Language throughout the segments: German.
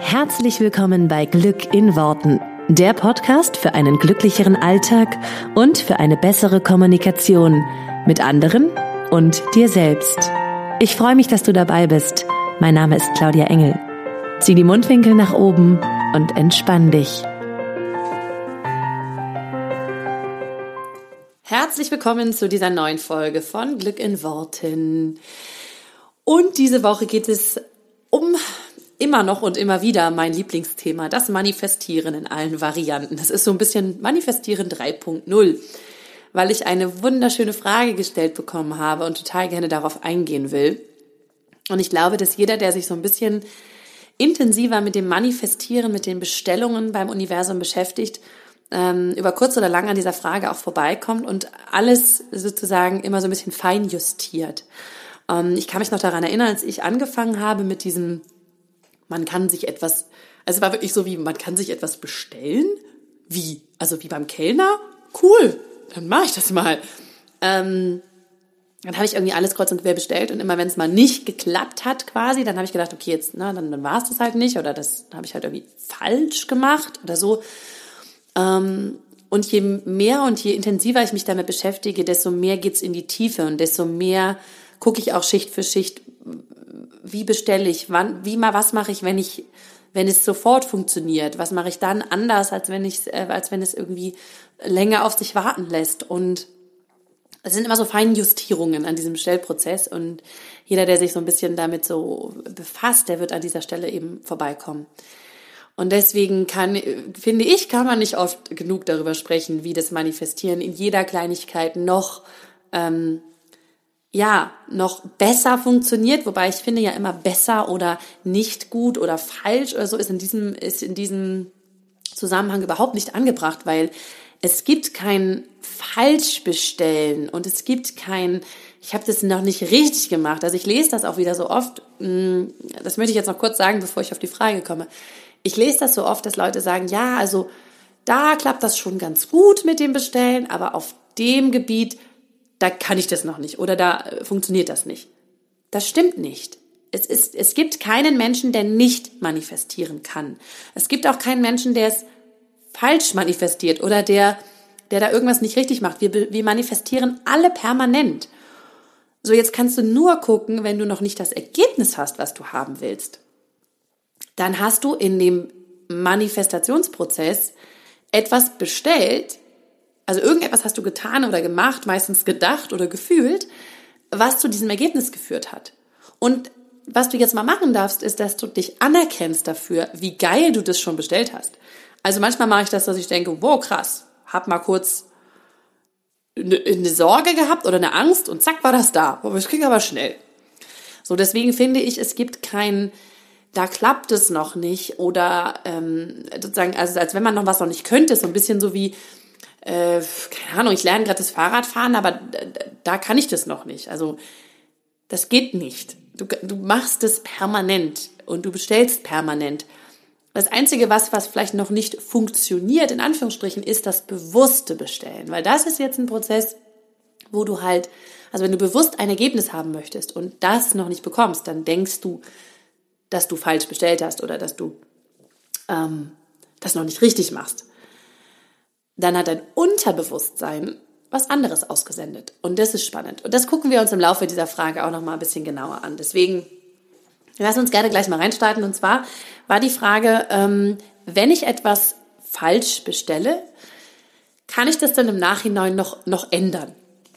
Herzlich willkommen bei Glück in Worten, der Podcast für einen glücklicheren Alltag und für eine bessere Kommunikation mit anderen und dir selbst. Ich freue mich, dass du dabei bist. Mein Name ist Claudia Engel. Zieh die Mundwinkel nach oben und entspann dich. Herzlich willkommen zu dieser neuen Folge von Glück in Worten. Und diese Woche geht es um immer noch und immer wieder mein Lieblingsthema, das Manifestieren in allen Varianten. Das ist so ein bisschen Manifestieren 3.0, weil ich eine wunderschöne Frage gestellt bekommen habe und total gerne darauf eingehen will. Und ich glaube, dass jeder, der sich so ein bisschen intensiver mit dem Manifestieren, mit den Bestellungen beim Universum beschäftigt, über kurz oder lang an dieser Frage auch vorbeikommt und alles sozusagen immer so ein bisschen fein justiert. Ich kann mich noch daran erinnern, als ich angefangen habe mit diesem, man kann sich etwas, also es war wirklich so wie, man kann sich etwas bestellen? Wie? Also wie beim Kellner? Cool, dann mache ich das mal. Dann habe ich irgendwie alles kreuz und quer bestellt und immer wenn es mal nicht geklappt hat quasi, dann habe ich gedacht, okay, jetzt, dann war es das halt nicht oder das habe ich halt irgendwie falsch gemacht oder so. Und je mehr und je intensiver ich mich damit beschäftige, desto mehr geht's in die Tiefe und desto mehr gucke ich auch Schicht für Schicht, wie bestelle ich, was mache ich, wenn es sofort funktioniert, was mache ich dann anders, als wenn es irgendwie länger auf sich warten lässt. Und es sind immer so feine Justierungen an diesem Bestellprozess und jeder, der sich so ein bisschen damit so befasst, der wird an dieser Stelle eben vorbeikommen. Und deswegen kann man nicht oft genug darüber sprechen, wie das Manifestieren in jeder Kleinigkeit noch besser funktioniert, wobei ich finde ja immer besser oder nicht gut oder falsch oder so ist in diesem Zusammenhang überhaupt nicht angebracht, weil es gibt kein Falschbestellen und es gibt kein, ich habe das noch nicht richtig gemacht. Also ich lese das auch wieder so oft, das möchte ich jetzt noch kurz sagen, bevor ich auf die Frage komme. Ich lese das so oft, dass Leute sagen, ja, also da klappt das schon ganz gut mit dem Bestellen, aber auf dem Gebiet, da kann ich das noch nicht oder da funktioniert das nicht. Das stimmt nicht. Es gibt keinen Menschen, der nicht manifestieren kann. Es gibt auch keinen Menschen, der es falsch manifestiert oder der da irgendwas nicht richtig macht. Wir manifestieren alle permanent. So, jetzt kannst du nur gucken, wenn du noch nicht das Ergebnis hast, was du haben willst. Dann hast du in dem Manifestationsprozess etwas bestellt, also irgendetwas hast du getan oder gemacht, meistens gedacht oder gefühlt, was zu diesem Ergebnis geführt hat. Und was du jetzt mal machen darfst, ist, dass du dich anerkennst dafür, wie geil du das schon bestellt hast. Also manchmal mache ich das, dass ich denke, wow, krass, hab mal kurz eine Sorge gehabt oder eine Angst und zack war das da. Das ging aber schnell. So, deswegen finde ich, es gibt kein, da klappt es noch nicht oder sozusagen, also als wenn man noch was noch nicht könnte, so ein bisschen so wie, keine Ahnung, ich lerne gerade das Fahrradfahren, aber da kann ich das noch nicht. Also das geht nicht. Du machst es permanent und du bestellst permanent. Das Einzige, was vielleicht noch nicht funktioniert, in Anführungsstrichen, ist das bewusste Bestellen. Weil das ist jetzt ein Prozess, wo du halt, also wenn du bewusst ein Ergebnis haben möchtest und das noch nicht bekommst, dann denkst du, dass du falsch bestellt hast oder dass du das noch nicht richtig machst. Dann hat dein Unterbewusstsein was anderes ausgesendet. Und das ist spannend. Und das gucken wir uns im Laufe dieser Frage auch noch mal ein bisschen genauer an. Deswegen lass uns gerne gleich mal reinstarten. Und zwar war die Frage, wenn ich etwas falsch bestelle, kann ich das dann im Nachhinein noch ändern?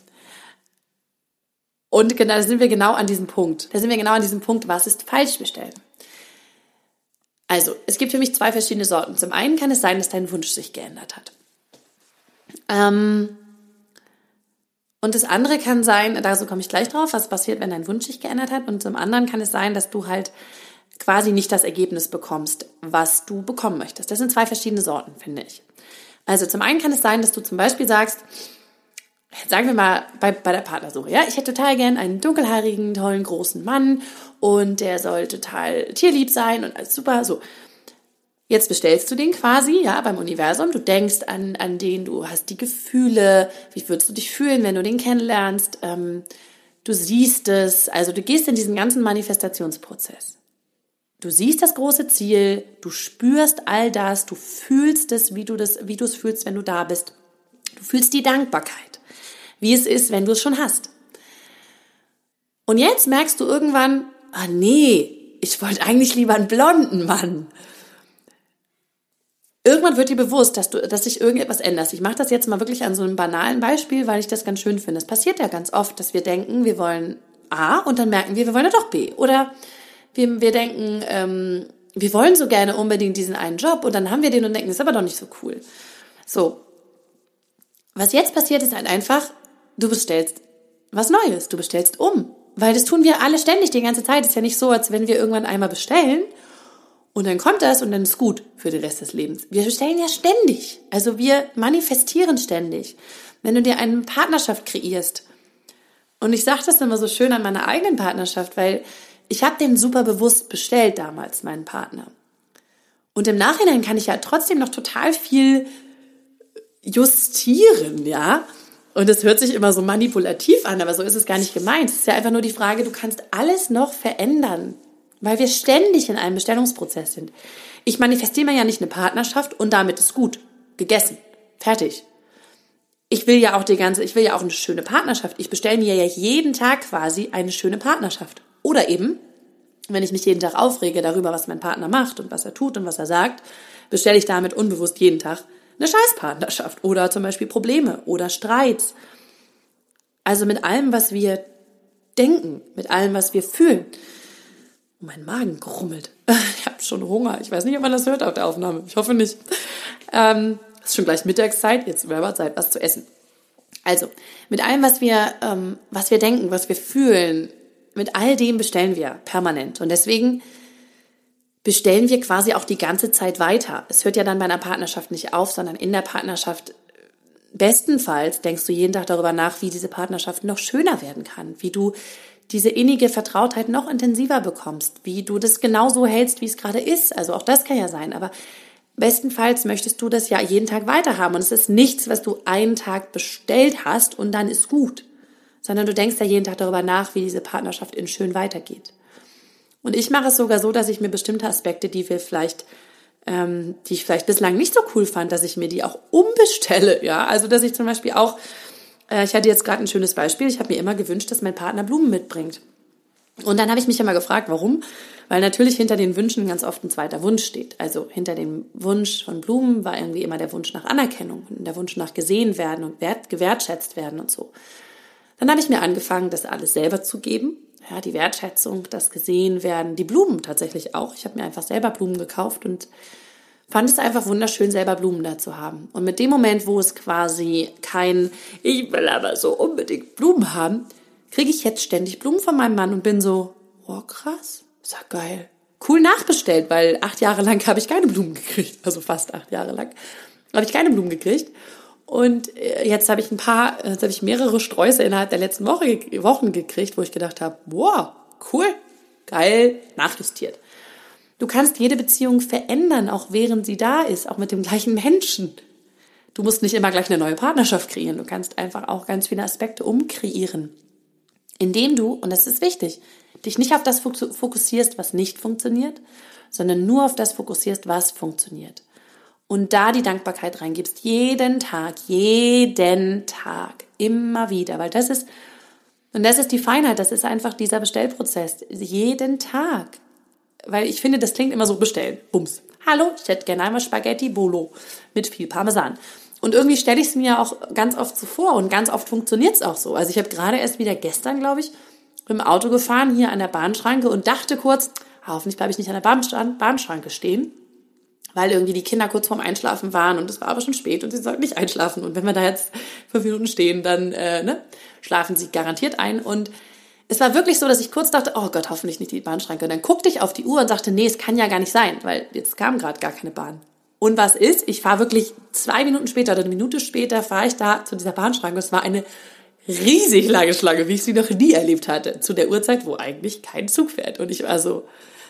Und da sind wir genau an diesem Punkt. Was ist falsch bestellen? Also, es gibt für mich 2 verschiedene Sorten. Zum einen kann es sein, dass dein Wunsch sich geändert hat. Und das andere kann sein, da so komme ich gleich drauf, was passiert, wenn dein Wunsch sich geändert hat. Und zum anderen kann es sein, dass du halt quasi nicht das Ergebnis bekommst, was du bekommen möchtest. Das sind 2 verschiedene Sorten, finde ich. Also zum einen kann es sein, dass du zum Beispiel sagst, sagen wir mal bei der Partnersuche, ja, ich hätte total gern einen dunkelhaarigen, tollen, großen Mann und der soll total tierlieb sein und alles super, so. Jetzt bestellst du den quasi, ja, beim Universum. Du denkst an den, du hast die Gefühle. Wie würdest du dich fühlen, wenn du den kennenlernst? Du siehst es. Also du gehst in diesen ganzen Manifestationsprozess. Du siehst das große Ziel, du spürst all das, du fühlst es, wie du es fühlst, wenn du da bist. Du fühlst die Dankbarkeit, wie es ist, wenn du es schon hast. Und jetzt merkst du irgendwann, nee, ich wollte eigentlich lieber einen blonden Mann. Irgendwann wird dir bewusst, dass sich irgendetwas ändert. Ich mache das jetzt mal wirklich an so einem banalen Beispiel, weil ich das ganz schön finde. Es passiert ja ganz oft, dass wir denken, wir wollen A und dann merken wir wollen ja doch B. Oder wir denken, wir wollen so gerne unbedingt diesen einen Job und dann haben wir den und denken, das ist aber doch nicht so cool. So, was jetzt passiert, ist halt einfach, du bestellst was Neues, du bestellst um. Weil das tun wir alle ständig die ganze Zeit. Es ist ja nicht so, als wenn wir irgendwann einmal bestellen und dann kommt das und dann ist gut für den Rest des Lebens. Wir bestellen ja ständig. Also wir manifestieren ständig. Wenn du dir eine Partnerschaft kreierst, und ich sage das immer so schön an meiner eigenen Partnerschaft, weil ich habe den super bewusst bestellt damals, meinen Partner. Und im Nachhinein kann ich ja trotzdem noch total viel justieren, ja. Und es hört sich immer so manipulativ an, aber so ist es gar nicht gemeint. Es ist ja einfach nur die Frage, du kannst alles noch verändern, weil wir ständig in einem Bestellungsprozess sind. Ich manifestiere mir ja nicht eine Partnerschaft und damit ist gut, gegessen, fertig. Ich will ja auch eine schöne Partnerschaft. Ich bestelle mir ja jeden Tag quasi eine schöne Partnerschaft. Oder eben, wenn ich mich jeden Tag aufrege darüber, was mein Partner macht und was er tut und was er sagt, bestelle ich damit unbewusst jeden Tag eine Scheißpartnerschaft oder zum Beispiel Probleme oder Streits. Also mit allem, was wir denken, mit allem, was wir fühlen. Mein Magen grummelt. Ich habe schon Hunger. Ich weiß nicht, ob man das hört auf der Aufnahme. Ich hoffe nicht. Es ist schon gleich Mittagszeit. Jetzt wäre aber Zeit, was zu essen. Also, mit allem, was wir denken, was wir fühlen, mit all dem bestellen wir permanent. Und deswegen bestellen wir quasi auch die ganze Zeit weiter. Es hört ja dann bei einer Partnerschaft nicht auf, sondern in der Partnerschaft bestenfalls denkst du jeden Tag darüber nach, wie diese Partnerschaft noch schöner werden kann, wie du diese innige Vertrautheit noch intensiver bekommst, wie du das genauso hältst, wie es gerade ist. Also auch das kann ja sein, aber bestenfalls möchtest du das ja jeden Tag weiterhaben und es ist nichts, was du einen Tag bestellt hast und dann ist gut, sondern du denkst ja jeden Tag darüber nach, wie diese Partnerschaft in schön weitergeht. Und ich mache es sogar so, dass ich mir bestimmte Aspekte, die ich vielleicht bislang nicht so cool fand, dass ich mir die auch umbestelle. Ja, also dass ich zum Beispiel auch, ich hatte jetzt gerade ein schönes Beispiel, ich habe mir immer gewünscht, dass mein Partner Blumen mitbringt. Und dann habe ich mich immer gefragt, warum? Weil natürlich hinter den Wünschen ganz oft ein zweiter Wunsch steht. Also hinter dem Wunsch von Blumen war irgendwie immer der Wunsch nach Anerkennung und der Wunsch nach gesehen werden und gewertschätzt werden und so. Dann habe ich mir angefangen, das alles selber zu geben. Ja, die Wertschätzung, das gesehen werden, die Blumen tatsächlich auch. Ich habe mir einfach selber Blumen gekauft und fand es einfach wunderschön, selber Blumen da zu haben. Und mit dem Moment, wo es quasi ich will aber so unbedingt Blumen haben, kriege ich jetzt ständig Blumen von meinem Mann und bin so, oh krass, ist ja geil. Cool nachbestellt, weil 8 Jahre lang habe ich keine Blumen gekriegt. Also fast 8 Jahre lang habe ich keine Blumen gekriegt. Und jetzt habe ich mehrere Sträuße innerhalb der letzten Wochen gekriegt, wo ich gedacht habe, wow, cool, geil, nachjustiert. Du kannst jede Beziehung verändern, auch während sie da ist, auch mit dem gleichen Menschen. Du musst nicht immer gleich eine neue Partnerschaft kreieren. Du kannst einfach auch ganz viele Aspekte umkreieren. Indem du, und das ist wichtig, dich nicht auf das fokussierst, was nicht funktioniert, sondern nur auf das fokussierst, was funktioniert. Und da die Dankbarkeit reingibst, jeden Tag, immer wieder, weil das ist die Feinheit, das ist einfach dieser Bestellprozess, jeden Tag. Weil ich finde, das klingt immer so bestellen, bums. Hallo, ich hätte gerne einmal Spaghetti Bolo mit viel Parmesan. Und irgendwie stelle ich es mir auch ganz oft so vor und ganz oft funktioniert es auch so. Also ich habe gerade erst wieder gestern, glaube ich, im Auto gefahren, hier an der Bahnschranke und dachte kurz, hoffentlich bleibe ich nicht an der Bahnschranke stehen, weil irgendwie die Kinder kurz vorm Einschlafen waren und es war aber schon spät und sie sollten nicht einschlafen. Und wenn wir da jetzt 5 Minuten stehen, dann schlafen sie garantiert ein. Und es war wirklich so, dass ich kurz dachte, oh Gott, hoffentlich nicht die Bahnschranke. Und dann guckte ich auf die Uhr und sagte, nee, es kann ja gar nicht sein, weil jetzt kam gerade gar keine Bahn. Und was ist? Ich fahre wirklich 2 Minuten später oder 1 Minute später fahre ich da zu dieser Bahnschranke. Es war eine riesig lange Schlange, wie ich sie noch nie erlebt hatte, zu der Uhrzeit, wo eigentlich kein Zug fährt. Und ich war so,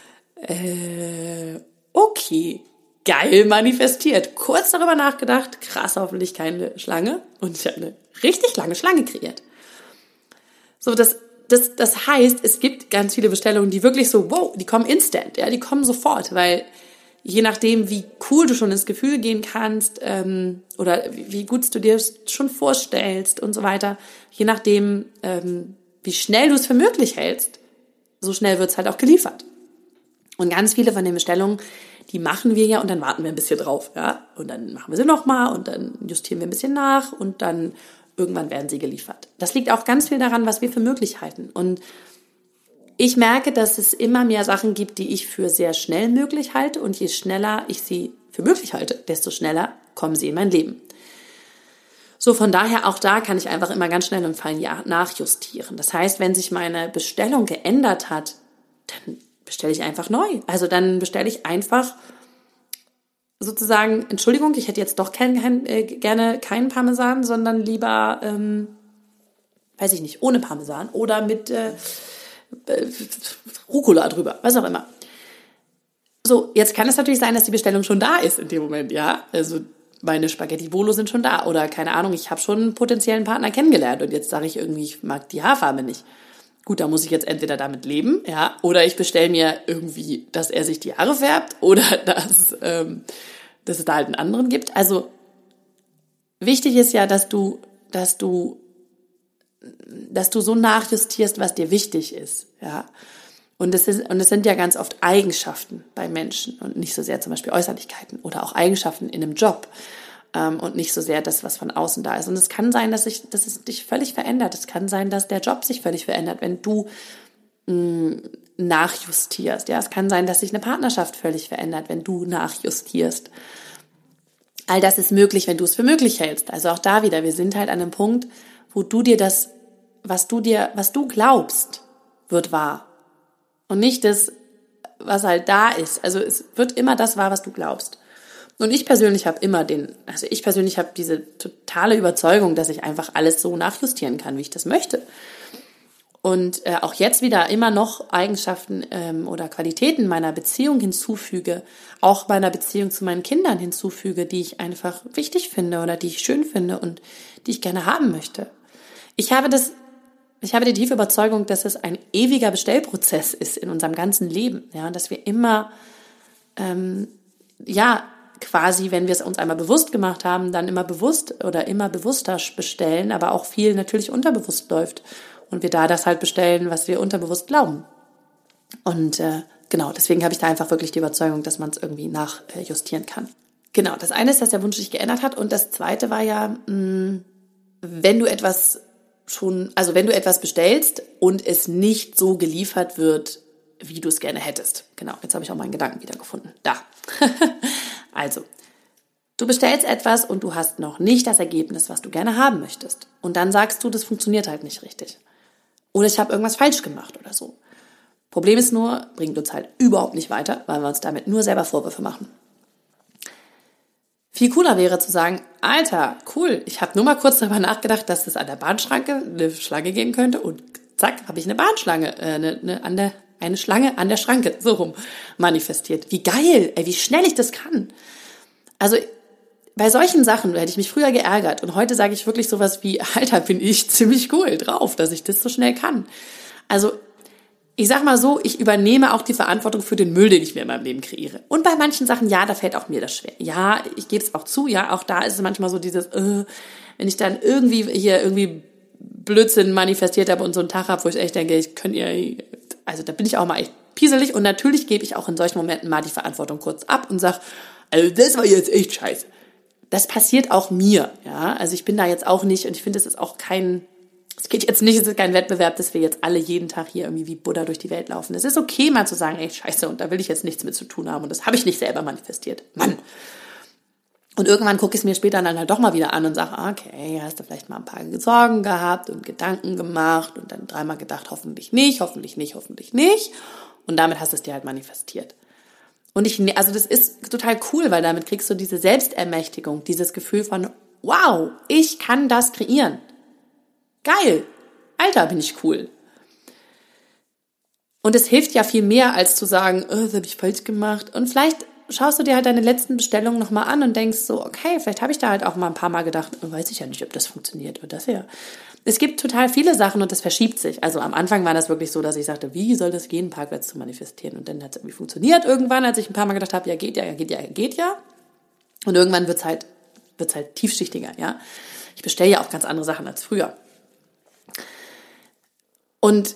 okay, geil manifestiert. Kurz darüber nachgedacht, krass, hoffentlich keine Schlange. Und ich habe eine richtig lange Schlange kreiert. So, das das heißt, es gibt ganz viele Bestellungen, die wirklich so, wow, die kommen instant, ja, die kommen sofort, weil je nachdem, wie cool du schon ins Gefühl gehen kannst oder wie gut du dir es schon vorstellst und so weiter, je nachdem, wie schnell du es für möglich hältst, so schnell wird es halt auch geliefert. Und ganz viele von den Bestellungen, die machen wir ja und dann warten wir ein bisschen drauf, ja, und dann machen wir sie nochmal und dann justieren wir ein bisschen nach und dann irgendwann werden sie geliefert. Das liegt auch ganz viel daran, was wir für möglich halten. Und ich merke, dass es immer mehr Sachen gibt, die ich für sehr schnell möglich halte. Und je schneller ich sie für möglich halte, desto schneller kommen sie in mein Leben. So, von daher auch da kann ich einfach immer ganz schnell im Fall nachjustieren. Das heißt, wenn sich meine Bestellung geändert hat, dann bestelle ich einfach neu. Also dann bestelle ich einfach sozusagen, Entschuldigung, ich hätte jetzt doch gerne keinen Parmesan, sondern lieber, weiß ich nicht, ohne Parmesan oder mit Rucola drüber, was auch immer. So, jetzt kann es natürlich sein, dass die Bestellung schon da ist in dem Moment, ja. Also meine Spaghetti Bolo sind schon da oder keine Ahnung, ich habe schon einen potenziellen Partner kennengelernt und jetzt sage ich irgendwie, ich mag die Haarfarbe nicht. Gut, da muss ich jetzt entweder damit leben, ja, oder ich bestelle mir irgendwie, dass er sich die Haare färbt oder dass es da halt einen anderen gibt. Also wichtig ist ja, dass du so nachjustierst, was dir wichtig ist, ja. Und es sind ja ganz oft Eigenschaften bei Menschen und nicht so sehr zum Beispiel Äußerlichkeiten oder auch Eigenschaften in einem Job und nicht so sehr das, was von außen da ist. Und es kann sein, dass es dich völlig verändert. Es kann sein, dass der Job sich völlig verändert, wenn du nachjustierst. Ja, es kann sein, dass sich eine Partnerschaft völlig verändert, wenn du nachjustierst. All das ist möglich, wenn du es für möglich hältst. Also auch da wieder, wir sind halt an einem Punkt, wo du dir das, was du glaubst, wird wahr. Und nicht das, was halt da ist. Also es wird immer das wahr, was du glaubst. Und ich persönlich habe diese totale Überzeugung, dass ich einfach alles so nachjustieren kann, wie ich das möchte. Und auch jetzt wieder immer noch Eigenschaften oder Qualitäten meiner Beziehung hinzufüge, auch meiner Beziehung zu meinen Kindern hinzufüge, die ich einfach wichtig finde oder die ich schön finde und die ich gerne haben möchte. Ich habe die tiefe Überzeugung, dass es ein ewiger Bestellprozess ist in unserem ganzen Leben, ja, und dass wir immer, quasi, wenn wir es uns einmal bewusst gemacht haben, dann immer bewusst oder immer bewusster bestellen, aber auch viel natürlich unterbewusst läuft und wir da das halt bestellen, was wir unterbewusst glauben. Und genau, deswegen habe ich da einfach wirklich die Überzeugung, dass man es irgendwie nachjustieren kann. Genau, das eine ist, dass der Wunsch sich geändert hat und das zweite war ja, wenn du etwas bestellst und es nicht so geliefert wird, wie du es gerne hättest. Genau, jetzt habe ich auch meinen Gedanken wiedergefunden. Da. Also, du bestellst etwas und du hast noch nicht das Ergebnis, was du gerne haben möchtest. Und dann sagst du, das funktioniert halt nicht richtig. Oder ich habe irgendwas falsch gemacht oder so. Problem ist nur, bringt uns halt überhaupt nicht weiter, weil wir uns damit nur selber Vorwürfe machen. Viel cooler wäre zu sagen, Alter, cool, ich habe nur mal kurz darüber nachgedacht, dass es an der Bahnschranke eine Schlange geben könnte und zack, habe ich eine Bahnschlange, eine Schlange an der Schranke, so rum, manifestiert. Wie geil, wie schnell ich das kann. Also bei solchen Sachen hätte ich mich früher geärgert und heute sage ich wirklich sowas wie, Alter, bin ich ziemlich cool drauf, dass ich das so schnell kann. Also ich sag mal so, ich übernehme auch die Verantwortung für den Müll, den ich mir in meinem Leben kreiere. Und bei manchen Sachen, ja, da fällt auch mir das schwer. Ja, ich gebe es auch zu, ja, auch da ist es manchmal so dieses, wenn ich dann irgendwie Blödsinn manifestiert habe und so einen Tag habe, wo ich echt denke, also da bin ich auch mal echt pieselig und natürlich gebe ich auch in solchen Momenten mal die Verantwortung kurz ab und sage, also das war jetzt echt scheiße. Das passiert auch mir, ja, also ich bin da jetzt auch nicht und ich finde, es ist kein Wettbewerb, dass wir jetzt alle jeden Tag hier irgendwie wie Buddha durch die Welt laufen. Es ist okay, mal zu sagen, ey, scheiße, und da will ich jetzt nichts mit zu tun haben und das habe ich nicht selber manifestiert. Mann. Und irgendwann gucke ich es mir später dann halt doch mal wieder an und sage, okay, hast du vielleicht mal ein paar Sorgen gehabt und Gedanken gemacht und dann dreimal gedacht, hoffentlich nicht, hoffentlich nicht, hoffentlich nicht. Und damit hast du es dir halt manifestiert. Und also das ist total cool, weil damit kriegst du diese Selbstermächtigung, dieses Gefühl von, wow, ich kann das kreieren. Geil, Alter, bin ich cool. Und es hilft ja viel mehr, als zu sagen, das habe ich falsch gemacht. Und vielleicht schaust du dir halt deine letzten Bestellungen nochmal an und denkst so, okay, vielleicht habe ich da halt auch mal ein paar Mal gedacht, weiß ich ja nicht, ob das funktioniert oder das ja. Es gibt total viele Sachen und das verschiebt sich. Also am Anfang war das wirklich so, dass ich sagte, wie soll das gehen, einen Parkplatz zu manifestieren? Und dann hat es irgendwie funktioniert irgendwann, als ich ein paar Mal gedacht habe, ja, geht ja, geht ja, geht ja. Und irgendwann wird's halt tiefschichtiger, ja. Ich bestelle ja auch ganz andere Sachen als früher. Und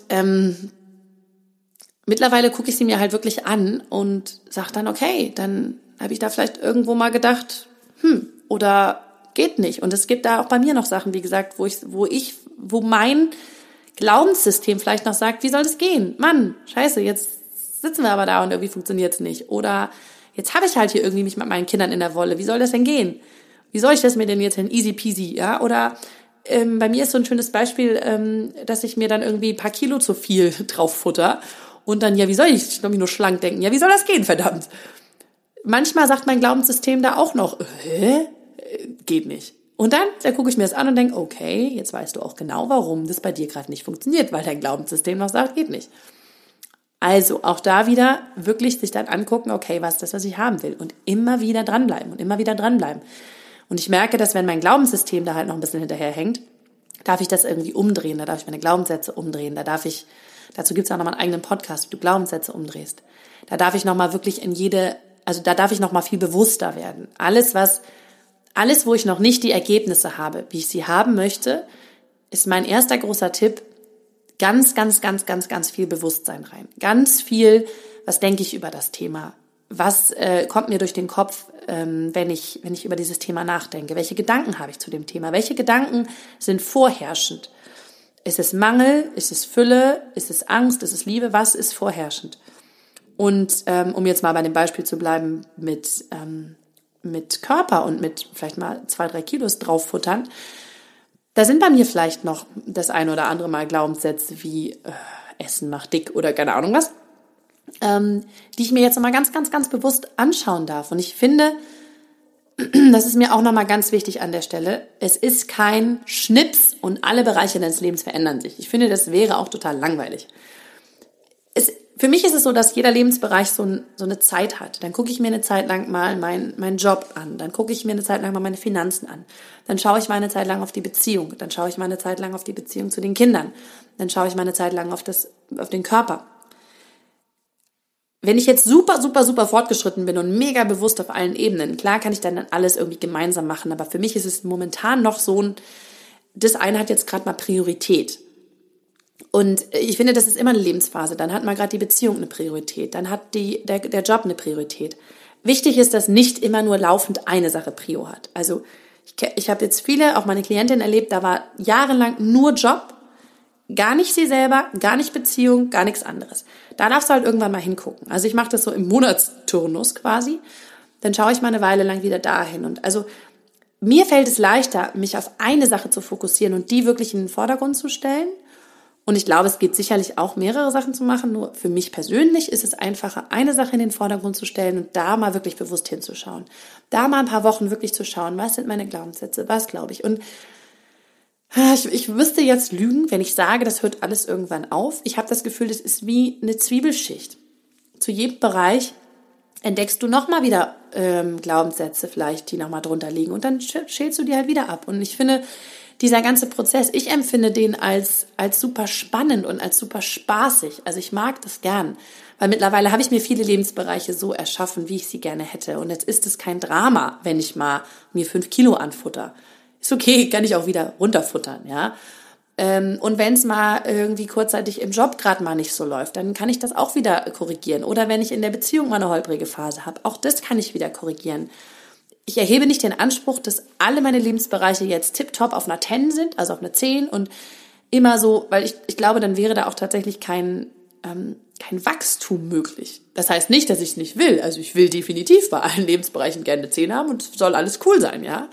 mittlerweile gucke ich sie mir halt wirklich an und sage dann, okay, dann habe ich da vielleicht irgendwo mal gedacht, oder geht nicht. Und es gibt da auch bei mir noch Sachen, wie gesagt, wo mein Glaubenssystem vielleicht noch sagt, wie soll das gehen? Mann, scheiße, jetzt sitzen wir aber da und irgendwie funktioniert es nicht. Oder jetzt habe ich halt hier irgendwie mich mit meinen Kindern in der Wolle. Wie soll das denn gehen? Wie soll ich das mir denn jetzt hin? Easy peasy, ja? Oder bei mir ist so ein schönes Beispiel, dass ich mir dann irgendwie ein paar Kilo zu viel drauf futter und dann, ja, wie soll ich mich nur schlank denken? Ja, wie soll das gehen, verdammt? Manchmal sagt mein Glaubenssystem da auch noch, geht nicht. Und dann gucke ich mir das an und denke, okay, jetzt weißt du auch genau, warum das bei dir gerade nicht funktioniert, weil dein Glaubenssystem noch sagt, geht nicht. Also auch da wieder wirklich sich dann angucken, okay, was ist das, was ich haben will? Und immer wieder dranbleiben und immer wieder dranbleiben. Und ich merke, dass wenn mein Glaubenssystem da halt noch ein bisschen hinterherhängt, darf ich das irgendwie umdrehen, da darf ich meine Glaubenssätze umdrehen, dazu gibt es auch nochmal einen eigenen Podcast, wie du Glaubenssätze umdrehst. Da darf ich nochmal wirklich da darf ich nochmal viel bewusster werden. Alles, wo ich noch nicht die Ergebnisse habe, wie ich sie haben möchte, ist mein erster großer Tipp, ganz, ganz, ganz, ganz, ganz viel Bewusstsein rein. Ganz viel, was denke ich über das Thema? Was kommt mir durch den Kopf, wenn ich über dieses Thema nachdenke? Welche Gedanken habe ich zu dem Thema? Welche Gedanken sind vorherrschend? Ist es Mangel? Ist es Fülle? Ist es Angst? Ist es Liebe? Was ist vorherrschend? Und um jetzt mal bei dem Beispiel zu bleiben mit Körper und mit vielleicht mal 2-3 Kilos drauffuttern, da sind bei mir vielleicht noch das eine oder andere Mal Glaubenssätze wie Essen macht dick oder keine Ahnung was, die ich mir jetzt nochmal ganz, ganz, ganz bewusst anschauen darf. Und ich finde, das ist mir auch nochmal ganz wichtig an der Stelle, es ist kein Schnips und alle Bereiche deines Lebens verändern sich. Ich finde, das wäre auch total langweilig. Für mich ist es so, dass jeder Lebensbereich so eine Zeit hat. Dann gucke ich mir eine Zeit lang mal meinen Job an. Dann gucke ich mir eine Zeit lang mal meine Finanzen an. Dann schaue ich mal eine Zeit lang auf die Beziehung. Dann schaue ich mal eine Zeit lang auf die Beziehung zu den Kindern. Dann schaue ich mal eine Zeit lang auf den Körper. Wenn ich jetzt super, super, super fortgeschritten bin und mega bewusst auf allen Ebenen, klar kann ich dann alles irgendwie gemeinsam machen, aber für mich ist es momentan noch so, das eine hat jetzt gerade mal Priorität. Und ich finde, das ist immer eine Lebensphase. Dann hat mal gerade die Beziehung eine Priorität. Dann hat der Job eine Priorität. Wichtig ist, dass nicht immer nur laufend eine Sache Prio hat. Also ich habe jetzt viele, auch meine Klientin erlebt, da war jahrelang nur Job, gar nicht sie selber, gar nicht Beziehung, gar nichts anderes. Da darfst du halt irgendwann mal hingucken. Also ich mache das so im Monatsturnus quasi. Dann schaue ich mal eine Weile lang wieder dahin. Und also mir fällt es leichter, mich auf eine Sache zu fokussieren und die wirklich in den Vordergrund zu stellen. Und ich glaube, es geht sicherlich auch mehrere Sachen zu machen. Nur für mich persönlich ist es einfacher, eine Sache in den Vordergrund zu stellen und da mal wirklich bewusst hinzuschauen. Da mal ein paar Wochen wirklich zu schauen, was sind meine Glaubenssätze, was glaube ich. Und ich müsste jetzt lügen, wenn ich sage, das hört alles irgendwann auf. Ich habe das Gefühl, das ist wie eine Zwiebelschicht. Zu jedem Bereich entdeckst du nochmal wieder Glaubenssätze vielleicht, die nochmal drunter liegen. Und dann schälst du die halt wieder ab. Und ich finde, dieser ganze Prozess, ich empfinde den als super spannend und als super spaßig. Also ich mag das gern, weil mittlerweile habe ich mir viele Lebensbereiche so erschaffen, wie ich sie gerne hätte. Und jetzt ist es kein Drama, wenn ich mal mir 5 Kilo anfutter. Ist okay, kann ich auch wieder runterfuttern, ja. Und wenn es mal irgendwie kurzzeitig im Job gerade mal nicht so läuft, dann kann ich das auch wieder korrigieren. Oder wenn ich in der Beziehung mal eine holprige Phase habe, auch das kann ich wieder korrigieren. Ich erhebe nicht den Anspruch, dass alle meine Lebensbereiche jetzt tipptopp auf einer 10 sind, also auf einer 10 und immer so, weil ich glaube, dann wäre da auch tatsächlich kein Wachstum möglich. Das heißt nicht, dass ich es nicht will. Also ich will definitiv bei allen Lebensbereichen gerne eine 10 haben und es soll alles cool sein, ja.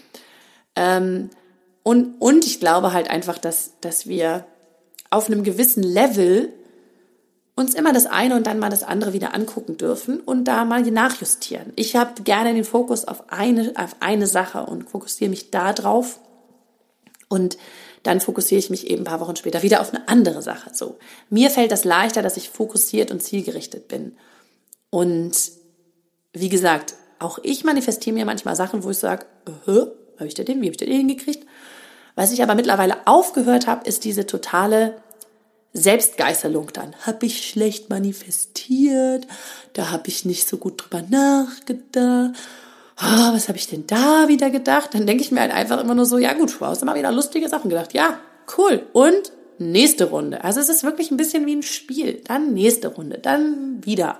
Und ich glaube halt einfach, dass wir auf einem gewissen Level uns immer das eine und dann mal das andere wieder angucken dürfen und da mal nachjustieren. Ich habe gerne den Fokus auf eine Sache und fokussiere mich da drauf und dann fokussiere ich mich eben ein paar Wochen später wieder auf eine andere Sache. So, mir fällt das leichter, dass ich fokussiert und zielgerichtet bin. Und wie gesagt, auch ich manifestiere mir manchmal Sachen, wo ich sage, wie habe ich das hingekriegt? Was ich aber mittlerweile aufgehört habe, ist diese totale Selbstgeißelung dann. Habe ich schlecht manifestiert, da habe ich nicht so gut drüber nachgedacht. Was habe ich denn da wieder gedacht? Dann denke ich mir halt einfach immer nur so, ja gut, du hast immer wieder lustige Sachen gedacht. Ja, cool. Und nächste Runde. Also es ist wirklich ein bisschen wie ein Spiel. Dann nächste Runde, dann wieder.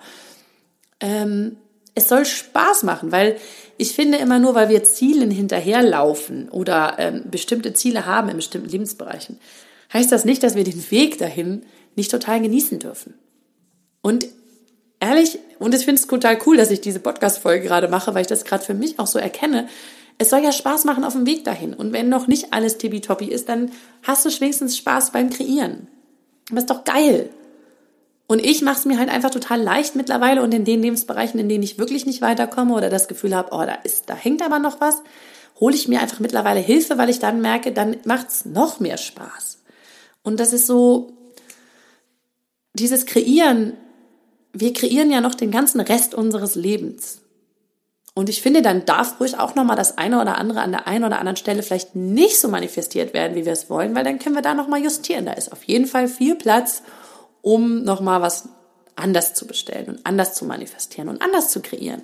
Es soll Spaß machen, weil ich finde immer nur, weil wir Zielen hinterherlaufen oder bestimmte Ziele haben in bestimmten Lebensbereichen, heißt das nicht, dass wir den Weg dahin nicht total genießen dürfen. Und ehrlich, und ich finde es total cool, dass ich diese Podcast-Folge gerade mache, weil ich das gerade für mich auch so erkenne. Es soll ja Spaß machen auf dem Weg dahin. Und wenn noch nicht alles tippitoppi ist, dann hast du wenigstens Spaß beim Kreieren. Das ist doch geil. Und ich mache es mir halt einfach total leicht mittlerweile und in den Lebensbereichen, in denen ich wirklich nicht weiterkomme oder das Gefühl habe, da hängt aber noch was, hole ich mir einfach mittlerweile Hilfe, weil ich dann merke, dann macht's noch mehr Spaß. Und das ist so, dieses Kreieren, wir kreieren ja noch den ganzen Rest unseres Lebens. Und ich finde, dann darf ruhig auch nochmal das eine oder andere an der einen oder anderen Stelle vielleicht nicht so manifestiert werden, wie wir es wollen, weil dann können wir da nochmal justieren. Da ist auf jeden Fall viel Platz, um nochmal was anders zu bestellen und anders zu manifestieren und anders zu kreieren.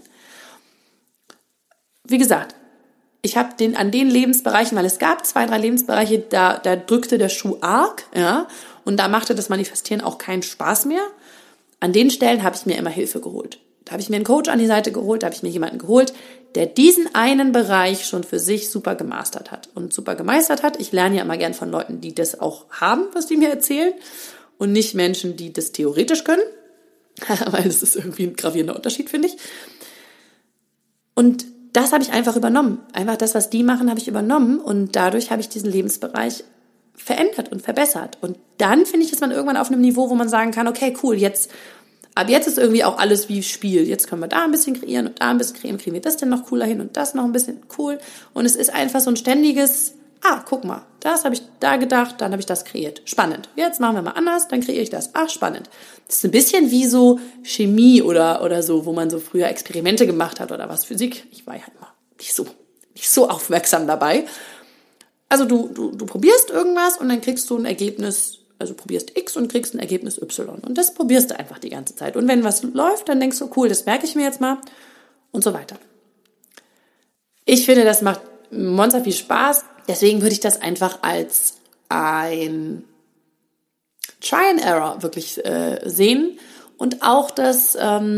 Wie gesagt, ich habe an den Lebensbereichen, weil es gab 2, 3 Lebensbereiche, da drückte der Schuh arg, ja, und da machte das Manifestieren auch keinen Spaß mehr. An den Stellen habe ich mir immer Hilfe geholt. Da habe ich mir einen Coach an die Seite geholt, da habe ich mir jemanden geholt, der diesen einen Bereich schon für sich super gemastert hat und super gemeistert hat. Ich lerne ja immer gern von Leuten, die das auch haben, was die mir erzählen, und nicht Menschen, die das theoretisch können, weil das ist irgendwie ein gravierender Unterschied, finde ich. Und das habe ich einfach übernommen. Einfach das, was die machen, habe ich übernommen und dadurch habe ich diesen Lebensbereich verändert und verbessert. Und dann finde ich, ist man irgendwann auf einem Niveau, wo man sagen kann, okay, cool, ab jetzt ist irgendwie auch alles wie Spiel. Jetzt können wir da ein bisschen kreieren und da ein bisschen kreieren. Kriegen wir das denn noch cooler hin und das noch ein bisschen cool. Und es ist einfach so ein ständiges, guck mal, das habe ich da gedacht, dann habe ich das kreiert. Spannend. Jetzt machen wir mal anders, dann kreiere ich das. Spannend. Das ist ein bisschen wie so Chemie oder so, wo man so früher Experimente gemacht hat oder was, Physik. Ich war ja immer nicht so aufmerksam dabei. Also du probierst irgendwas und dann kriegst du ein Ergebnis, also probierst X und kriegst ein Ergebnis Y. Und das probierst du einfach die ganze Zeit. Und wenn was läuft, dann denkst du, cool, das merke ich mir jetzt mal und so weiter. Ich finde, das macht monster viel Spaß. Deswegen würde ich das einfach als ein Try and Error wirklich sehen und auch das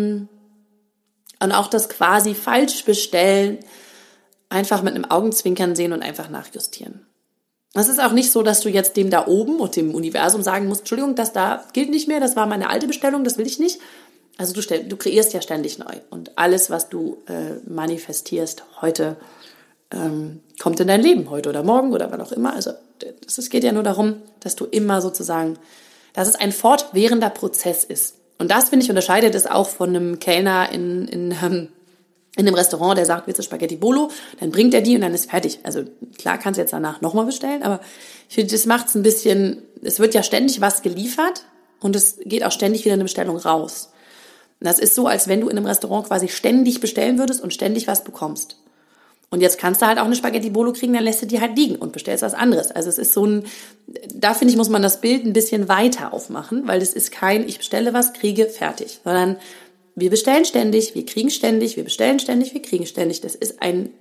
quasi falsch bestellen einfach mit einem Augenzwinkern sehen und einfach nachjustieren. Es ist auch nicht so, dass du jetzt dem da oben und dem Universum sagen musst, Entschuldigung, das da gilt nicht mehr, das war meine alte Bestellung, das will ich nicht. Also du kreierst ja ständig neu und alles, was du manifestierst heute, kommt in dein Leben heute oder morgen oder wann auch immer. Also es geht ja nur darum, dass du immer sozusagen, dass es ein fortwährender Prozess ist. Und das, finde ich, unterscheidet es auch von einem Kellner in einem Restaurant, der sagt, willst du Spaghetti Bolo? Dann bringt er die und dann ist fertig. Also klar kannst du jetzt danach nochmal bestellen, aber ich finde, das macht es ein bisschen, es wird ja ständig was geliefert und es geht auch ständig wieder eine Bestellung raus. Und das ist so, als wenn du in einem Restaurant quasi ständig bestellen würdest und ständig was bekommst. Und jetzt kannst du halt auch eine Spaghetti Bolo kriegen, dann lässt du die halt liegen und bestellst was anderes. Also es ist da finde ich, muss man das Bild ein bisschen weiter aufmachen, weil das ist kein, ich bestelle was, kriege, fertig, sondern wir bestellen ständig, wir kriegen ständig, wir bestellen ständig, wir kriegen ständig. Das ist ein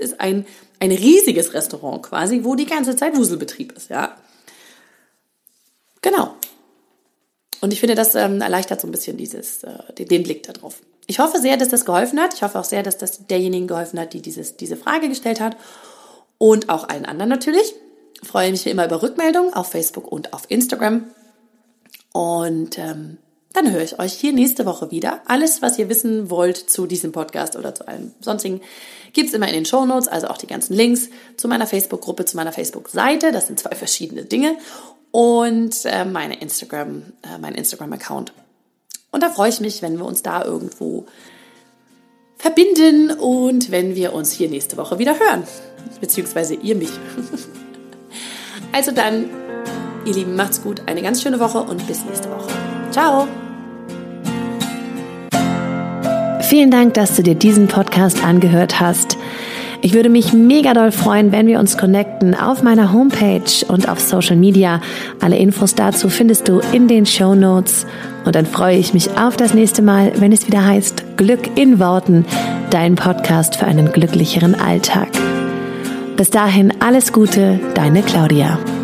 riesiges Restaurant quasi, wo die ganze Zeit Wuselbetrieb ist, ja. Genau. Und ich finde, das erleichtert so ein bisschen den Blick da drauf. Ich hoffe sehr, dass das geholfen hat. Ich hoffe auch sehr, dass das derjenigen geholfen hat, die diese Frage gestellt hat. Und auch allen anderen natürlich. Ich freue mich wie immer über Rückmeldungen auf Facebook und auf Instagram. Und dann höre ich euch hier nächste Woche wieder. Alles, was ihr wissen wollt zu diesem Podcast oder zu allem sonstigen, gibt's immer in den Shownotes, also auch die ganzen Links zu meiner Facebook-Gruppe, zu meiner Facebook-Seite. Das sind 2 verschiedene Dinge. Und mein Instagram-Account. Und da freue ich mich, wenn wir uns da irgendwo verbinden und wenn wir uns hier nächste Woche wieder hören. Beziehungsweise ihr mich. Also dann, ihr Lieben, macht's gut. Eine ganz schöne Woche und bis nächste Woche. Ciao! Vielen Dank, dass du dir diesen Podcast angehört hast. Ich würde mich mega doll freuen, wenn wir uns connecten auf meiner Homepage und auf Social Media. Alle Infos dazu findest du in den Shownotes. Und dann freue ich mich auf das nächste Mal, wenn es wieder heißt Glück in Worten, dein Podcast für einen glücklicheren Alltag. Bis dahin alles Gute, deine Claudia.